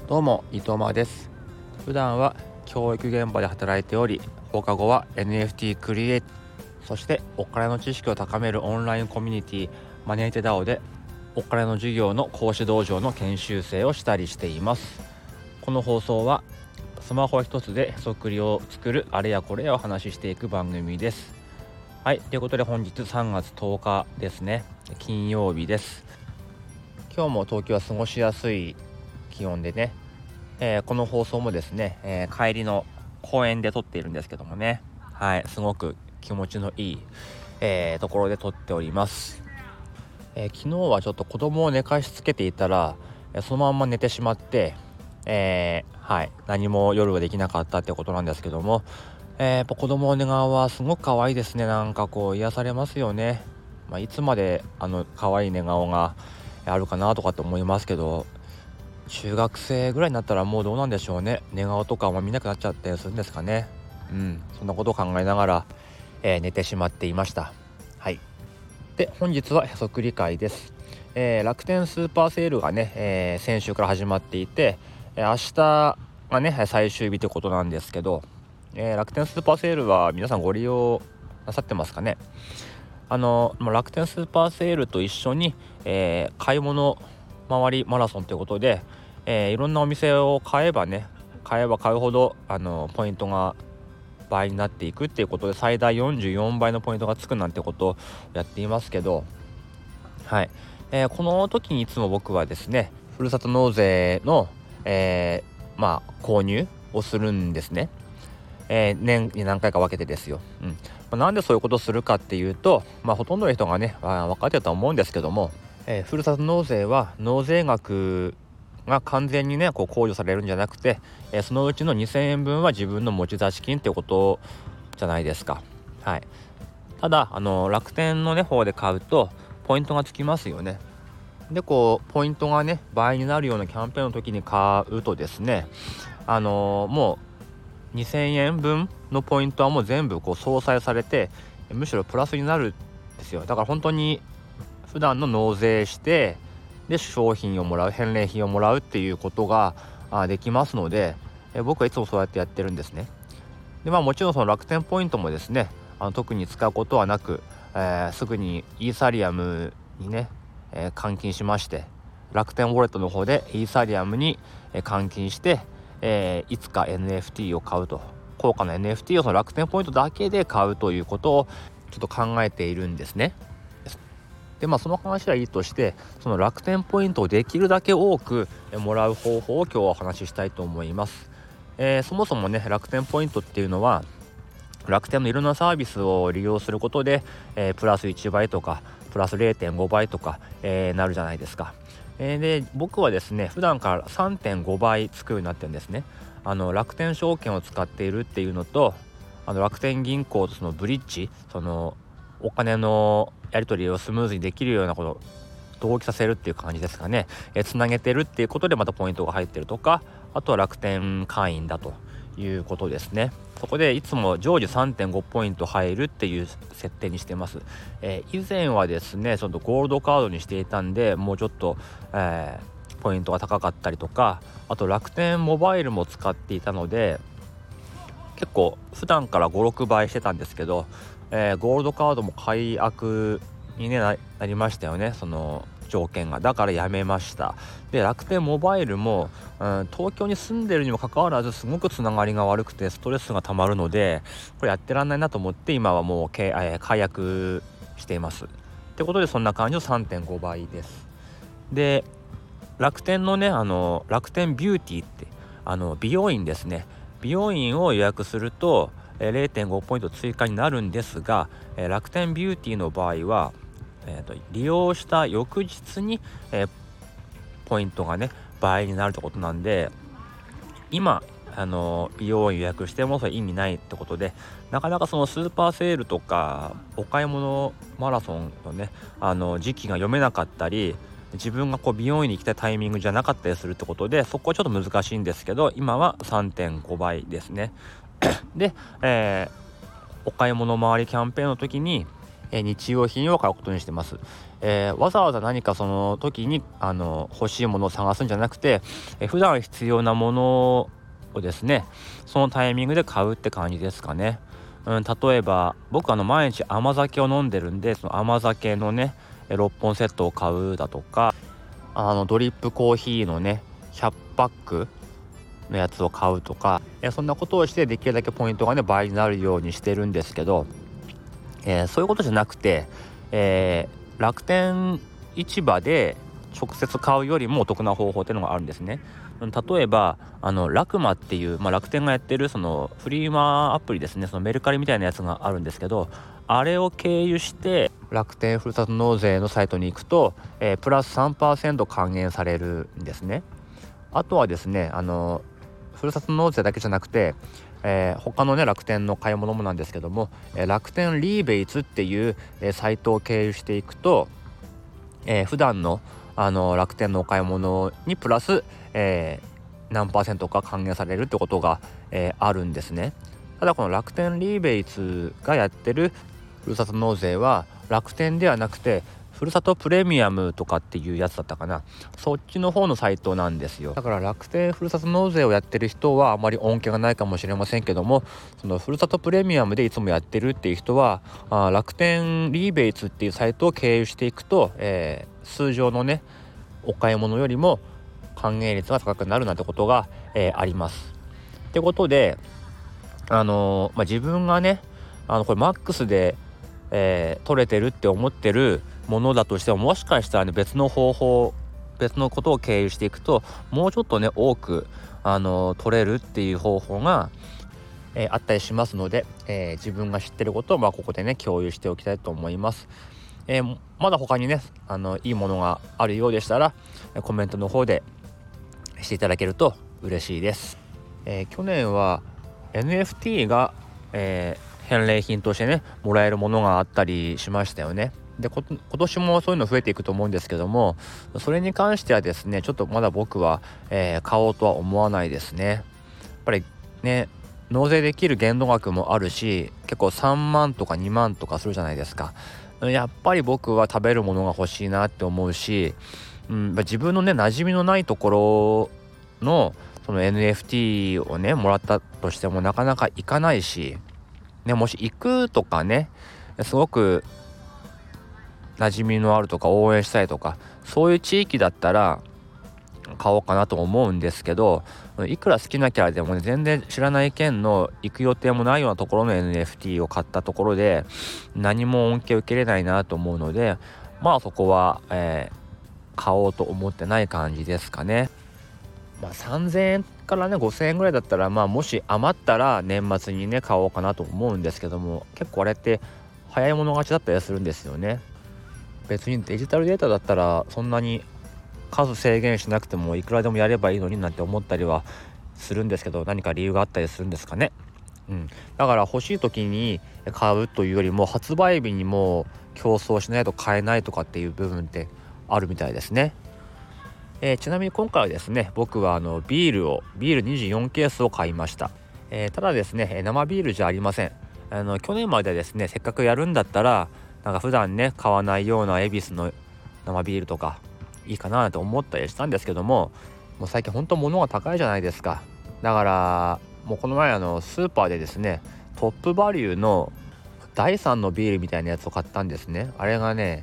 どうも伊藤間です。普段は教育現場で働いており、放課後は NFT クリエイト、そしてお金の知識を高めるオンラインコミュニティマネーテダオでお金の授業の講師道場の研修生をしたりしています。この放送はスマホ一つでへそくりを作るあれやこれやを話していく番組です。はい、ということで本日3月10日ですね、金曜日です。今日も東京は過ごしやすい気温でね、この放送もですね、帰りの公園で撮っているんですけどもね、はい、すごく気持ちのいい、ところで撮っております。昨日はちょっと子供を寝かしつけていたら、そのまんま寝てしまって、はい、何も夜はできなかったってことなんですけども、やっぱ子供の寝顔はすごく可愛いですね。なんかこう癒されますよね。いつまで可愛い寝顔があるかなとかって思いますけど、中学生ぐらいになったらもうどうなんでしょうね。寝顔とか見なくなっちゃったりするんですかね。そんなことを考えながら、寝てしまっていました。はい。で、本日はへそくり会です。楽天スーパーセールがね、先週から始まっていて、明日がね最終日ということなんですけど、楽天スーパーセールは皆さんご利用なさってますかね。楽天スーパーセールと一緒に、買い物回りマラソンということで、いろんなお店を買えば買うほどポイントが倍になっていくっていうことで、最大44倍のポイントがつくなんてことをやっていますけど、はい、この時にいつも僕はですね、ふるさと納税の、購入をするんですね。年に何回か分けてですよ。なんでそういうことをするかっていうと、ほとんどの人がね、分かってるとは思うんですけども、ふるさと納税は納税額が完全にね控除されるんじゃなくて、そのうちの2000円分は自分の持ち出し金っていうことじゃないですか。はい。ただ楽天の方で買うとポイントがつきますよね。でポイントがね倍になるようなキャンペーンの時に買うとですね、もう2000円分のポイントはもう全部相殺されて、むしろプラスになるんですよ。だから本当に普段の納税してで商品をもらう、返礼品をもらうっていうことができますので、僕はいつもそうやってやってるんですね。でもちろんその楽天ポイントもですね、特に使うことはなく、すぐにイーサリアムにね、換金しまして、楽天ウォレットの方でイーサリアムに換金して、いつか NFT を買うと、高価な NFT をその楽天ポイントだけで買うということをちょっと考えているんですね。でその話はいいとして、その楽天ポイントをできるだけ多くもらう方法を今日はお話ししたいと思います。そもそもね楽天ポイントっていうのは楽天のいろんなサービスを利用することで、プラス1倍とかプラス 0.5 倍とか、なるじゃないですか。で僕はですね普段から 3.5 倍つくようになってるんですね。楽天証券を使っているっていうのと、楽天銀行とそのブリッジ、そのお金のやり取りをスムーズにできるようなことを同期させるっていう感じですかね。つなげてるっていうことでまたポイントが入ってるとか、あとは楽天会員だということですね。そこでいつも常時 3.5 ポイント入るっていう設定にしてます。以前はですねちょっとゴールドカードにしていたんで、もうちょっと、ポイントが高かったりとか、あと楽天モバイルも使っていたので結構普段から 5,6 倍してたんですけど、ゴールドカードも解約に、なりましたよね、その条件が。だからやめました。で楽天モバイルも、東京に住んでるにもかかわらずすごくつながりが悪くてストレスがたまるので、これやってらんないなと思って今はもう解約しています。ってことでそんな感じの 3.5 倍です。で楽天のね楽天ビューティーって美容院ですね。美容院を予約すると 0.5 ポイント追加になるんですが、楽天ビューティーの場合は、利用した翌日に、ポイントがね倍になるってことなんで、今美容院予約してもそれ意味ないってことで、なかなかそのスーパーセールとかお買い物マラソンのね時期が読めなかったり、自分が美容院に行きたいタイミングじゃなかったりするってことで、そこはちょっと難しいんですけど、今は 3.5 倍ですね。で、お買い物回りキャンペーンの時に日用品を買うことにしてます。わざわざ何かその時に欲しいものを探すんじゃなくて、普段必要なものをですねそのタイミングで買うって感じですかね。例えば僕毎日甘酒を飲んでるんで、その甘酒のね6本セットを買うだとか、ドリップコーヒーのね100パックのやつを買うとか、そんなことをしてできるだけポイントがね倍になるようにしてるんですけど、そういうことじゃなくて、楽天市場で直接買うよりもお得な方法っていうのがあるんですね。例えばラクマっていう、楽天がやってるそのフリマアプリですね、そのメルカリみたいなやつがあるんですけど、あれを経由して楽天ふるさと納税のサイトに行くと、プラス 3% 還元されるんですね。あとはですねふるさと納税だけじゃなくて、他のね楽天の買い物もなんですけども、楽天リーベイツっていう、サイトを経由していくと、普段の楽天のお買い物にプラス、何%か還元されるってことが、あるんですね。ただこの楽天リーベイツがやってるふるさと納税は楽天ではなくてふるさとプレミアムとかっていうやつだったかな、そっちの方のサイトなんですよ。だから楽天ふるさと納税をやってる人はあまり恩恵がないかもしれませんけども、そのふるさとプレミアムでいつもやってるっていう人は楽天リーベイツっていうサイトを経由していくと、通常のねお買い物よりも還元率が高くなるなんてことが、あります。ってことで自分がねこれマックスで取れてるって思ってるものだとしても、もしかしたらね別のことを経由していくともうちょっとね多く取れるっていう方法が、あったりしますので、自分が知ってることをここでね共有しておきたいと思います。まだ他にねいいものがあるようでしたらコメントの方でしていただけると嬉しいです。去年は NFT が、返礼品としてねもらえるものがあったりしましたよね。で今年もそういうの増えていくと思うんですけども、それに関してはですねちょっとまだ僕は、買おうとは思わないですね。やっぱりね納税できる限度額もあるし、結構3万とか2万とかするじゃないですか。やっぱり僕は食べるものが欲しいなって思うし、自分のね馴染みのないところのその NFT をねもらったとしてもなかなか行かないし、もし行くとかねすごく馴染みのあるとか応援したいとかそういう地域だったら買おうかなと思うんですけど、いくら好きなキャラでもね全然知らない県の行く予定もないようなところの NFT を買ったところで何も恩恵を受けれないなと思うので、そこは、買おうと思ってない感じですかね。3000円からね5000円ぐらいだったらもし余ったら年末にね買おうかなと思うんですけども、結構あれって早い者勝ちだったりするんですよね。別にデジタルデータだったらそんなに数制限しなくてもいくらでもやればいいのになんて思ったりはするんですけど、何か理由があったりするんですかね。だから欲しい時に買うというよりも発売日にも競争しないと買えないとかっていう部分ってあるみたいですね。ちなみに今回はですね僕はビール24ケースを買いました。ただですね生ビールじゃありません。去年までですねせっかくやるんだったら普段ね買わないような恵比寿の生ビールとかいいかなと思ったりしたんですけども、もう最近本当物が高いじゃないですか。だからもうこの前スーパーでですねトップバリューの第3のビールみたいなやつを買ったんですね。あれがね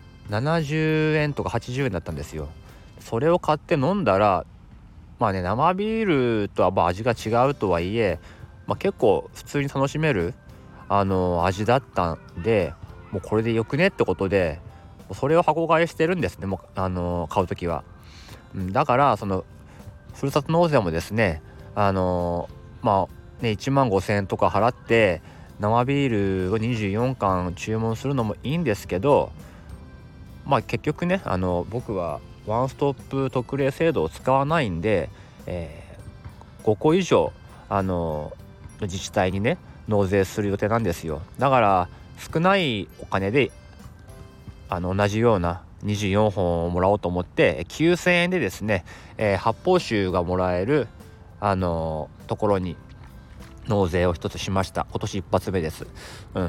70円とか80円だったんですよ。それを買って飲んだら生ビールとは味が違うとはいえ、結構普通に楽しめる味だったんで、もうこれでよくねってことでそれを箱買いしてるんですね。もう買うときは、だからそのふるさと納税もですね1万5000円とか払って生ビールを24缶注文するのもいいんですけど、結局ね僕はワンストップ特例制度を使わないんで、5個以上自治体にね納税する予定なんですよ。だから少ないお金で同じような24本をもらおうと思って9000円でですね、発泡酒がもらえるところに納税を一つしました。今年一発目です。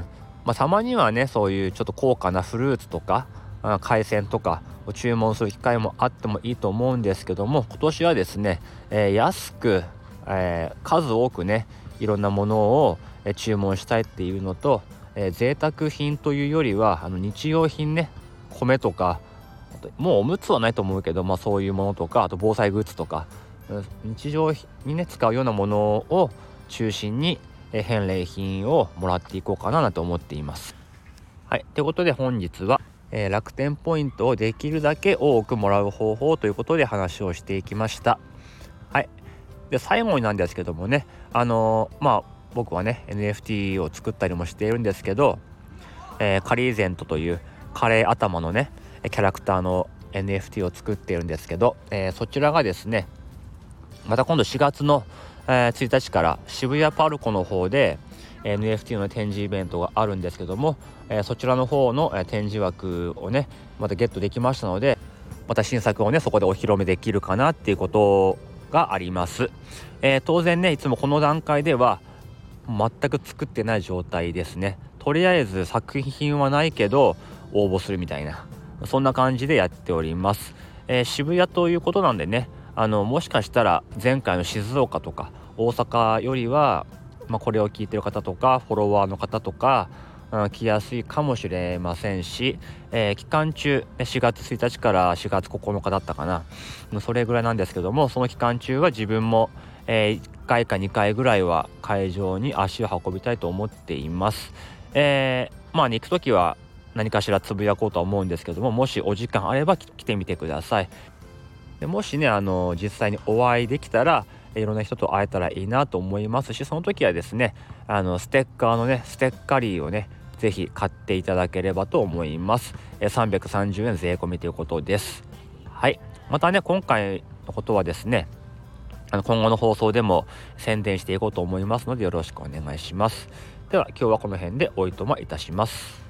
たまにはねそういうちょっと高価なフルーツとか海鮮とかを注文する機会もあってもいいと思うんですけども、今年はですね、安く、数多くねいろんなものを注文したいっていうのと、贅沢品というよりは日用品ね、米とか、あともうおむつはないと思うけど、そういうものとか、あと防災グッズとか、日常にね使うようなものを中心に返礼品をもらっていこうかなと思っています。はい、ということで本日は、楽天ポイントをできるだけ多くもらう方法ということで話をしていきました。はい、で最後になんですけどもね、僕はね NFT を作ったりもしているんですけど、カリーゼントというカレー頭のねキャラクターの NFT を作っているんですけど、そちらがですねまた今度4月の、1日から渋谷パルコの方で NFT の展示イベントがあるんですけども、そちらの方の、展示枠をねまたゲットできましたので、また新作をねそこでお披露目できるかなっていうことがあります。当然ねいつもこの段階では全く作ってない状態ですね。とりあえず作品はないけど応募するみたいな、そんな感じでやっております。渋谷ということなんでね、もしかしたら前回の静岡とか大阪よりは、これを聞いてる方とかフォロワーの方とか、来やすいかもしれませんし、期間中4月1日から4月9日だったかな、それぐらいなんですけども、その期間中は自分も、1回か2回ぐらいは会場に足を運びたいと思っています。行くときは何かしらつぶやこうとは思うんですけども、もしお時間あれば来てみてください。でもしね実際にお会いできたらいろんな人と会えたらいいなと思いますし、その時はですねステッカーのねステッカリーをねぜひ買っていただければと思います。330円税込みということです。はい、またね今回のことはですね今後の放送でも宣伝していこうと思いますのでよろしくお願いします。では今日はこの辺でおいとまいたします。